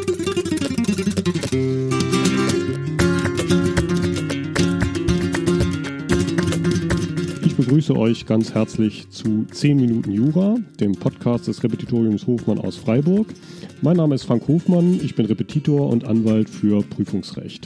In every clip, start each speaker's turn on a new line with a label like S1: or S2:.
S1: Ich begrüße euch ganz herzlich zu 10 Minuten Jura, dem Podcast des Repetitoriums Hofmann aus Freiburg. Mein Name ist Frank Hofmann, ich bin Repetitor und Anwalt für Prüfungsrecht.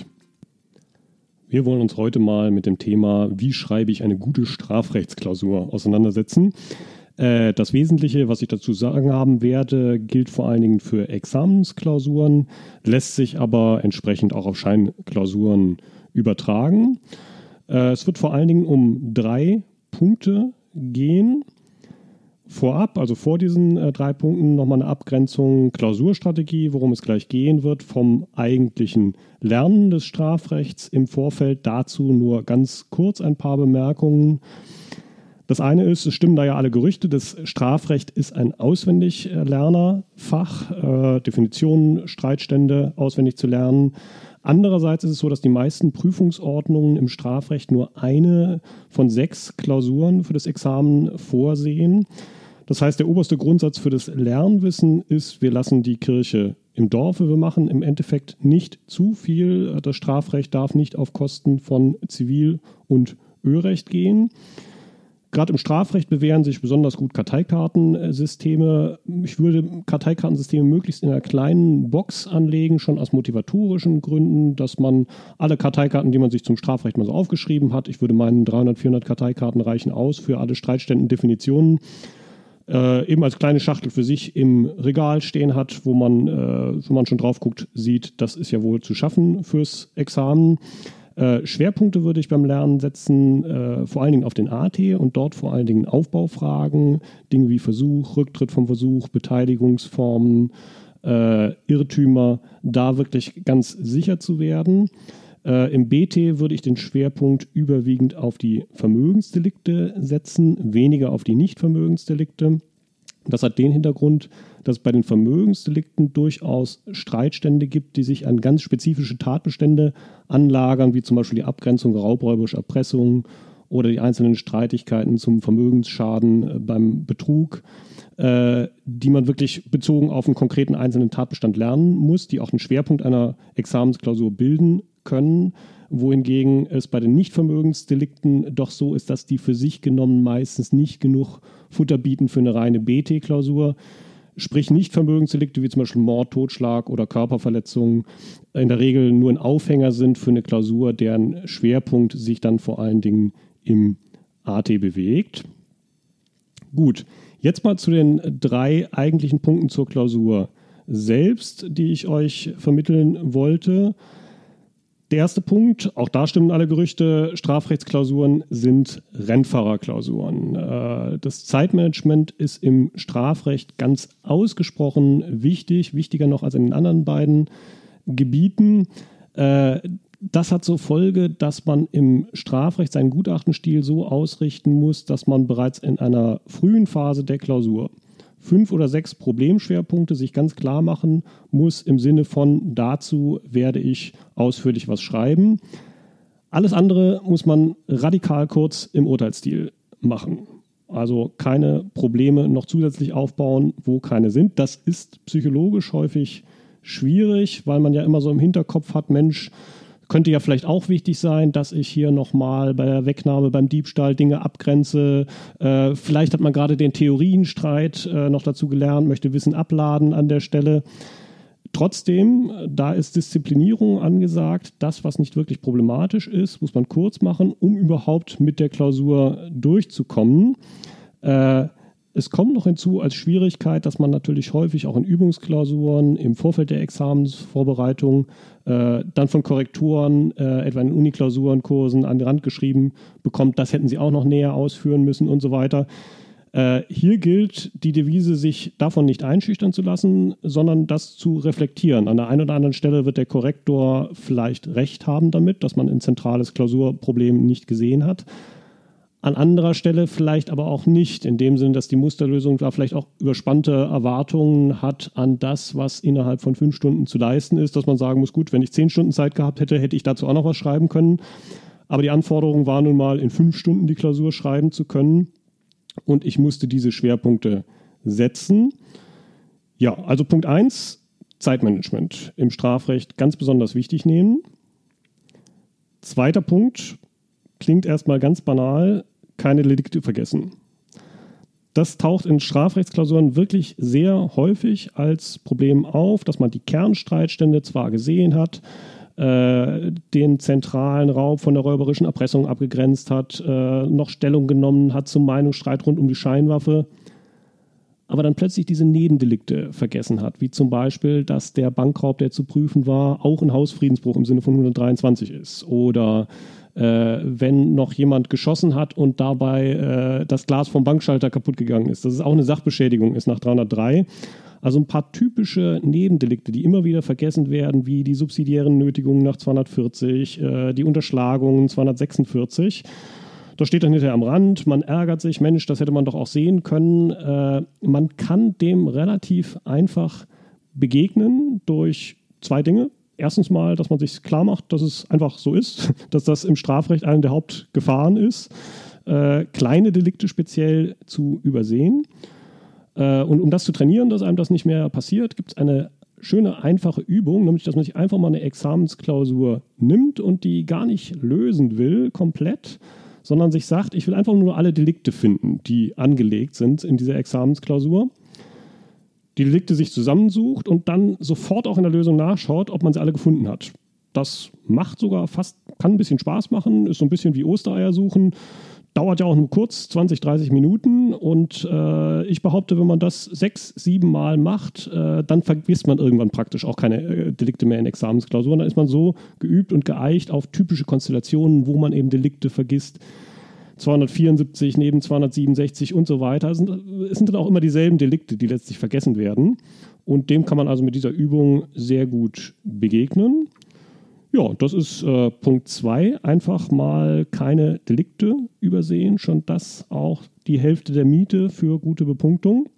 S1: Wir wollen uns heute mal mit dem Thema, wie schreibe ich eine gute Strafrechtsklausur, auseinandersetzen. Das Wesentliche, was ich dazu sagen haben werde, gilt vor allen Dingen für Examensklausuren, lässt sich aber entsprechend auch auf Scheinklausuren übertragen. Es wird vor allen Dingen um 3 Punkte gehen. Vorab, also vor diesen 3 Punkten, nochmal eine Abgrenzung Klausurstrategie, worum es gleich gehen wird, vom eigentlichen Lernen des Strafrechts im Vorfeld. Dazu nur ganz kurz ein paar Bemerkungen. Das eine ist, es stimmen da ja alle Gerüchte, das Strafrecht ist ein Auswendiglernerfach, Definitionen, Streitstände auswendig zu lernen. Andererseits ist es so, dass die meisten Prüfungsordnungen im Strafrecht nur eine von 6 Klausuren für das Examen vorsehen. Das heißt, der oberste Grundsatz für das Lernwissen ist, wir lassen die Kirche im Dorfe. Wir machen im Endeffekt nicht zu viel. Das Strafrecht darf nicht auf Kosten von Zivil- und Ölrecht gehen. Gerade im Strafrecht bewähren sich besonders gut Karteikartensysteme. Ich würde Karteikartensysteme möglichst in einer kleinen Box anlegen, schon aus motivatorischen Gründen, dass man alle Karteikarten, die man sich zum Strafrecht mal so aufgeschrieben hat, ich würde meinen 300, 400 Karteikarten reichen aus für alle Streitstände und Definitionen, eben als kleine Schachtel für sich im Regal stehen hat, wo man schon drauf guckt, sieht, das ist ja wohl zu schaffen fürs Examen. Schwerpunkte würde ich beim Lernen setzen, vor allen Dingen auf den AT und dort vor allen Dingen Aufbaufragen, Dinge wie Versuch, Rücktritt vom Versuch, Beteiligungsformen, Irrtümer, da wirklich ganz sicher zu werden. Im BT würde ich den Schwerpunkt überwiegend auf die Vermögensdelikte setzen, weniger auf die Nichtvermögensdelikte. Das hat den Hintergrund, dass es bei den Vermögensdelikten durchaus Streitstände gibt, die sich an ganz spezifische Tatbestände anlagern, wie zum Beispiel die Abgrenzung raubräuberischer Erpressung oder die einzelnen Streitigkeiten zum Vermögensschaden beim Betrug, die man wirklich bezogen auf einen konkreten einzelnen Tatbestand lernen muss, die auch einen Schwerpunkt einer Examensklausur bilden können, wohingegen es bei den Nichtvermögensdelikten doch so ist, dass die für sich genommen meistens nicht genug Futter bieten für eine reine BT-Klausur. Sprich Nichtvermögensdelikte wie zum Beispiel Mord, Totschlag oder Körperverletzung in der Regel nur ein Aufhänger sind für eine Klausur, deren Schwerpunkt sich dann vor allen Dingen im AT bewegt. Gut, jetzt mal zu den 3 eigentlichen Punkten zur Klausur selbst, die ich euch vermitteln wollte. Der erste Punkt, auch da stimmen alle Gerüchte, Strafrechtsklausuren sind Rennfahrerklausuren. Das Zeitmanagement ist im Strafrecht ganz ausgesprochen wichtig, wichtiger noch als in den anderen beiden Gebieten. Das hat zur Folge, dass man im Strafrecht seinen Gutachtenstil so ausrichten muss, dass man bereits in einer frühen Phase der Klausur 5 oder 6 Problemschwerpunkte sich ganz klar machen muss im Sinne von, dazu werde ich ausführlich was schreiben. Alles andere muss man radikal kurz im Urteilsstil machen. Also keine Probleme noch zusätzlich aufbauen, wo keine sind. Das ist psychologisch häufig schwierig, weil man ja immer so im Hinterkopf hat, Mensch, könnte ja vielleicht auch wichtig sein, dass ich hier nochmal bei der Wegnahme, beim Diebstahl Dinge abgrenze. Vielleicht hat man gerade den Theorienstreit noch dazu gelernt, möchte Wissen abladen an der Stelle. Trotzdem, da ist Disziplinierung angesagt. Das, was nicht wirklich problematisch ist, muss man kurz machen, um überhaupt mit der Klausur durchzukommen. Es kommt noch hinzu als Schwierigkeit, dass man natürlich häufig auch in Übungsklausuren im Vorfeld der Examensvorbereitung dann von Korrektoren, etwa in Uniklausurenkursen an den Rand geschrieben bekommt, das hätten sie auch noch näher ausführen müssen und so weiter. Hier gilt die Devise, sich davon nicht einschüchtern zu lassen, sondern das zu reflektieren. An der einen oder anderen Stelle wird der Korrektor vielleicht recht haben damit, dass man ein zentrales Klausurproblem nicht gesehen hat. An anderer Stelle vielleicht aber auch nicht, in dem Sinne, dass die Musterlösung da vielleicht auch überspannte Erwartungen hat an das, was innerhalb von 5 Stunden zu leisten ist, dass man sagen muss, gut, wenn ich 10 Stunden Zeit gehabt hätte, hätte ich dazu auch noch was schreiben können. Aber die Anforderung war nun mal, in 5 Stunden die Klausur schreiben zu können. Und ich musste diese Schwerpunkte setzen. Ja, also Punkt 1, Zeitmanagement im Strafrecht ganz besonders wichtig nehmen. Zweiter Punkt, klingt erstmal ganz banal, keine Delikte vergessen. Das taucht in Strafrechtsklausuren wirklich sehr häufig als Problem auf, dass man die Kernstreitstände zwar gesehen hat, den zentralen Raub von der räuberischen Erpressung abgegrenzt hat, noch Stellung genommen hat zum Meinungsstreit rund um die Scheinwaffe, aber dann plötzlich diese Nebendelikte vergessen hat, wie zum Beispiel, dass der Bankraub, der zu prüfen war, auch ein Hausfriedensbruch im Sinne von 123 ist. Oder wenn noch jemand geschossen hat und dabei das Glas vom Bankschalter kaputt gegangen ist. Das ist auch eine Sachbeschädigung, ist nach 303. Also ein paar typische Nebendelikte, die immer wieder vergessen werden, wie die subsidiären Nötigungen nach 240, die Unterschlagungen 246. Da steht dann hinterher am Rand, man ärgert sich, Mensch, das hätte man doch auch sehen können. Man kann dem relativ einfach begegnen durch zwei Dinge. Erstens mal, dass man sich klar macht, dass es einfach so ist, dass das im Strafrecht eine der Hauptgefahren ist, kleine Delikte speziell zu übersehen. Und um das zu trainieren, dass einem das nicht mehr passiert, gibt es eine schöne, einfache Übung, nämlich, dass man sich einfach mal eine Examensklausur nimmt und die gar nicht lösen will, komplett, sondern sich sagt, ich will einfach nur alle Delikte finden, die angelegt sind in dieser Examensklausur. Die Delikte sich zusammensucht und dann sofort auch in der Lösung nachschaut, ob man sie alle gefunden hat. Das macht sogar fast, kann ein bisschen Spaß machen, ist so ein bisschen wie Ostereier suchen. Dauert ja auch nur kurz, 20, 30 Minuten und ich behaupte, wenn man das 6, 7 Mal macht, dann vergisst man irgendwann praktisch auch keine Delikte mehr in Examensklausuren. Dann ist man so geübt und geeicht auf typische Konstellationen, wo man eben Delikte vergisst. 274 neben 267 und so weiter. Es sind dann auch immer dieselben Delikte, die letztlich vergessen werden. Und dem kann man also mit dieser Übung sehr gut begegnen. Ja, das ist Punkt 2. Einfach mal keine Delikte übersehen. Schon das auch die Hälfte der Miete für gute Bepunktung.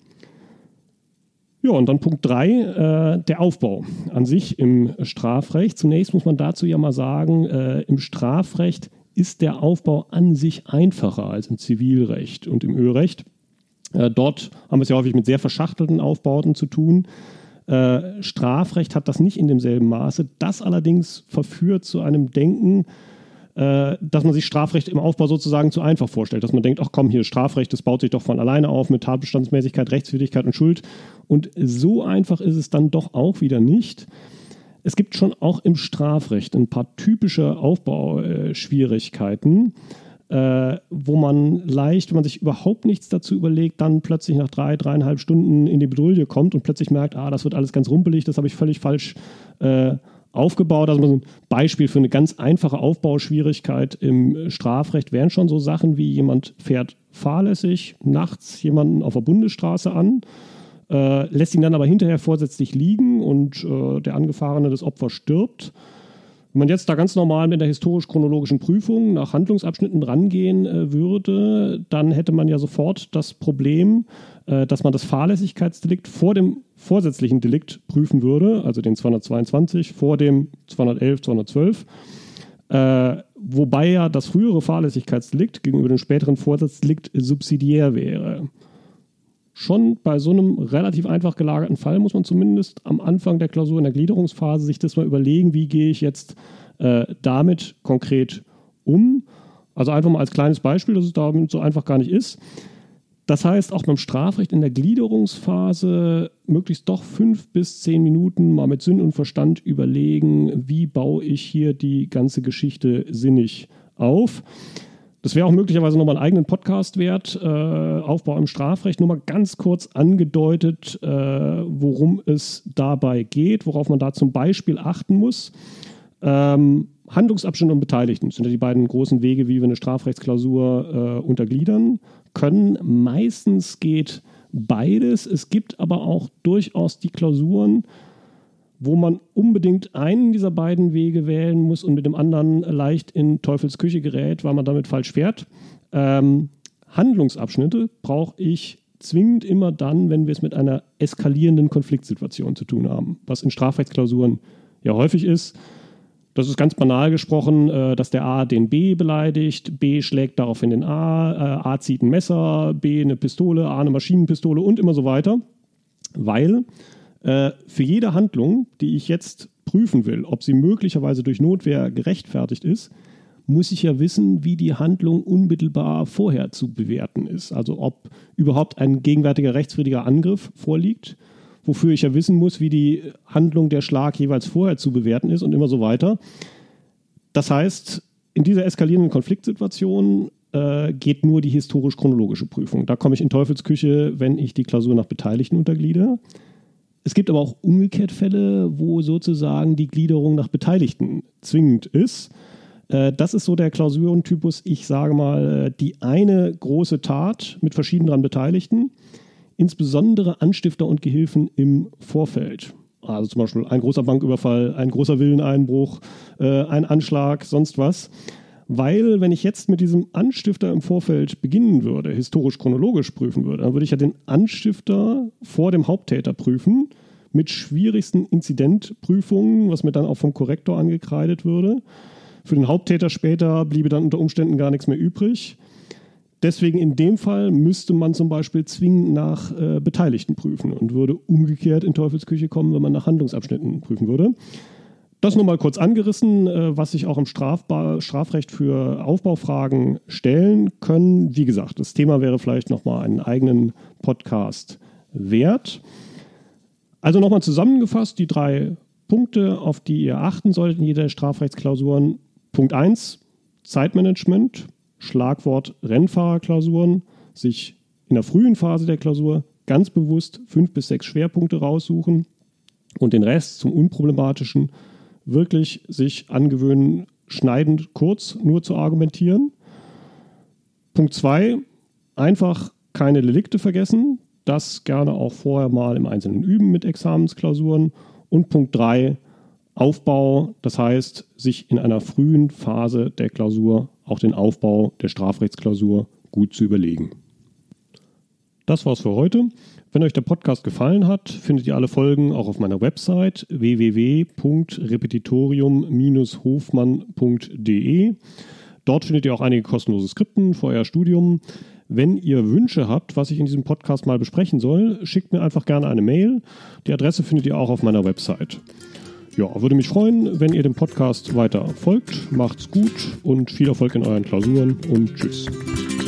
S1: Ja, und dann Punkt 3, der Aufbau an sich im Strafrecht. Zunächst muss man dazu ja mal sagen, im Strafrecht ist der Aufbau an sich einfacher als im Zivilrecht und im Ölrecht. Dort haben wir es ja häufig mit sehr verschachtelten Aufbauten zu tun. Strafrecht hat das nicht in demselben Maße. Das allerdings verführt zu einem Denken, dass man sich Strafrecht im Aufbau sozusagen zu einfach vorstellt. Dass man denkt, ach komm, hier Strafrecht, das baut sich doch von alleine auf mit Tatbestandsmäßigkeit, Rechtswidrigkeit und Schuld. Und so einfach ist es dann doch auch wieder nicht. Es gibt schon auch im Strafrecht ein paar typische Aufbauschwierigkeiten, wo man leicht, wenn man sich überhaupt nichts dazu überlegt, dann plötzlich nach 3,5 Stunden in die Bredouille kommt und plötzlich merkt, das wird alles ganz rumpelig, das habe ich völlig falsch aufgebaut. Also ein Beispiel für eine ganz einfache Aufbauschwierigkeit im Strafrecht wären schon so Sachen wie jemand fährt fahrlässig nachts jemanden auf der Bundesstraße an, lässt ihn dann aber hinterher vorsätzlich liegen und der Angefahrene, das Opfer, stirbt. Wenn man jetzt da ganz normal mit der historisch-chronologischen Prüfung nach Handlungsabschnitten rangehen würde, dann hätte man ja sofort das Problem, dass man das Fahrlässigkeitsdelikt vor dem vorsätzlichen Delikt prüfen würde, also den 222 vor dem 211, 212, wobei ja das frühere Fahrlässigkeitsdelikt gegenüber dem späteren Vorsatzdelikt subsidiär wäre. Schon bei so einem relativ einfach gelagerten Fall muss man zumindest am Anfang der Klausur in der Gliederungsphase sich das mal überlegen, wie gehe ich jetzt damit konkret um. Also einfach mal als kleines Beispiel, dass es damit so einfach gar nicht ist. Das heißt, auch beim Strafrecht in der Gliederungsphase möglichst doch 5 bis 10 Minuten mal mit Sinn und Verstand überlegen, wie baue ich hier die ganze Geschichte sinnig auf. Das wäre auch möglicherweise nochmal einen eigenen Podcast wert, Aufbau im Strafrecht. Nur mal ganz kurz angedeutet, worum es dabei geht, worauf man da zum Beispiel achten muss. Handlungsabschnitt und Beteiligten sind ja die beiden großen Wege, wie wir eine Strafrechtsklausur untergliedern können. Meistens geht beides. Es gibt aber auch durchaus die Klausuren, wo man unbedingt einen dieser beiden Wege wählen muss und mit dem anderen leicht in Teufels Küche gerät, weil man damit falsch fährt. Handlungsabschnitte brauche ich zwingend immer dann, wenn wir es mit einer eskalierenden Konfliktsituation zu tun haben, was in Strafrechtsklausuren ja häufig ist. Das ist ganz banal gesprochen, dass der A den B beleidigt, B schlägt daraufhin den A zieht ein Messer, B eine Pistole, A eine Maschinenpistole und immer so weiter, weil Für jede Handlung, die ich jetzt prüfen will, ob sie möglicherweise durch Notwehr gerechtfertigt ist, muss ich ja wissen, wie die Handlung unmittelbar vorher zu bewerten ist. Also ob überhaupt ein gegenwärtiger rechtswidriger Angriff vorliegt, wofür ich ja wissen muss, wie die Handlung, der Schlag jeweils vorher zu bewerten ist und immer so weiter. Das heißt, in dieser eskalierenden Konfliktsituation geht nur die historisch-chronologische Prüfung. Da komme ich in Teufelsküche, wenn ich die Klausur nach Beteiligten untergliedere. Es gibt aber auch umgekehrt Fälle, wo sozusagen die Gliederung nach Beteiligten zwingend ist. Das ist so der Klausurentypus, ich sage mal, die eine große Tat mit verschiedenen Beteiligten, insbesondere Anstifter und Gehilfen im Vorfeld. Also zum Beispiel ein großer Banküberfall, ein großer Villeneinbruch, ein Anschlag, sonst was. Weil, wenn ich jetzt mit diesem Anstifter im Vorfeld beginnen würde, historisch-chronologisch prüfen würde, dann würde ich ja den Anstifter vor dem Haupttäter prüfen, mit schwierigsten Inzidentprüfungen, was mir dann auch vom Korrektor angekreidet würde. Für den Haupttäter später bliebe dann unter Umständen gar nichts mehr übrig. Deswegen in dem Fall müsste man zum Beispiel zwingend nach Beteiligten prüfen und würde umgekehrt in Teufelsküche kommen, wenn man nach Handlungsabschnitten prüfen würde. Das nur mal kurz angerissen, was sich auch im Strafrecht für Aufbaufragen stellen können. Wie gesagt, das Thema wäre vielleicht nochmal einen eigenen Podcast wert. Also nochmal zusammengefasst, die 3 Punkte, auf die ihr achten solltet in jeder der Strafrechtsklausuren. Punkt 1, Zeitmanagement, Schlagwort Rennfahrerklausuren, sich in der frühen Phase der Klausur ganz bewusst 5 bis 6 Schwerpunkte raussuchen und den Rest zum Unproblematischen wirklich sich angewöhnen, schneidend kurz nur zu argumentieren. Punkt 2, einfach keine Delikte vergessen. Das gerne auch vorher mal im Einzelnen üben mit Examensklausuren. Und Punkt 3, Aufbau, das heißt, sich in einer frühen Phase der Klausur auch den Aufbau der Strafrechtsklausur gut zu überlegen. Das war's für heute. Wenn euch der Podcast gefallen hat, findet ihr alle Folgen auch auf meiner Website www.repetitorium-hofmann.de. Dort findet ihr auch einige kostenlose Skripten für euer Studium. Wenn ihr Wünsche habt, was ich in diesem Podcast mal besprechen soll, schickt mir einfach gerne eine Mail. Die Adresse findet ihr auch auf meiner Website. Ja, würde mich freuen, wenn ihr dem Podcast weiter folgt. Macht's gut und viel Erfolg in euren Klausuren und tschüss.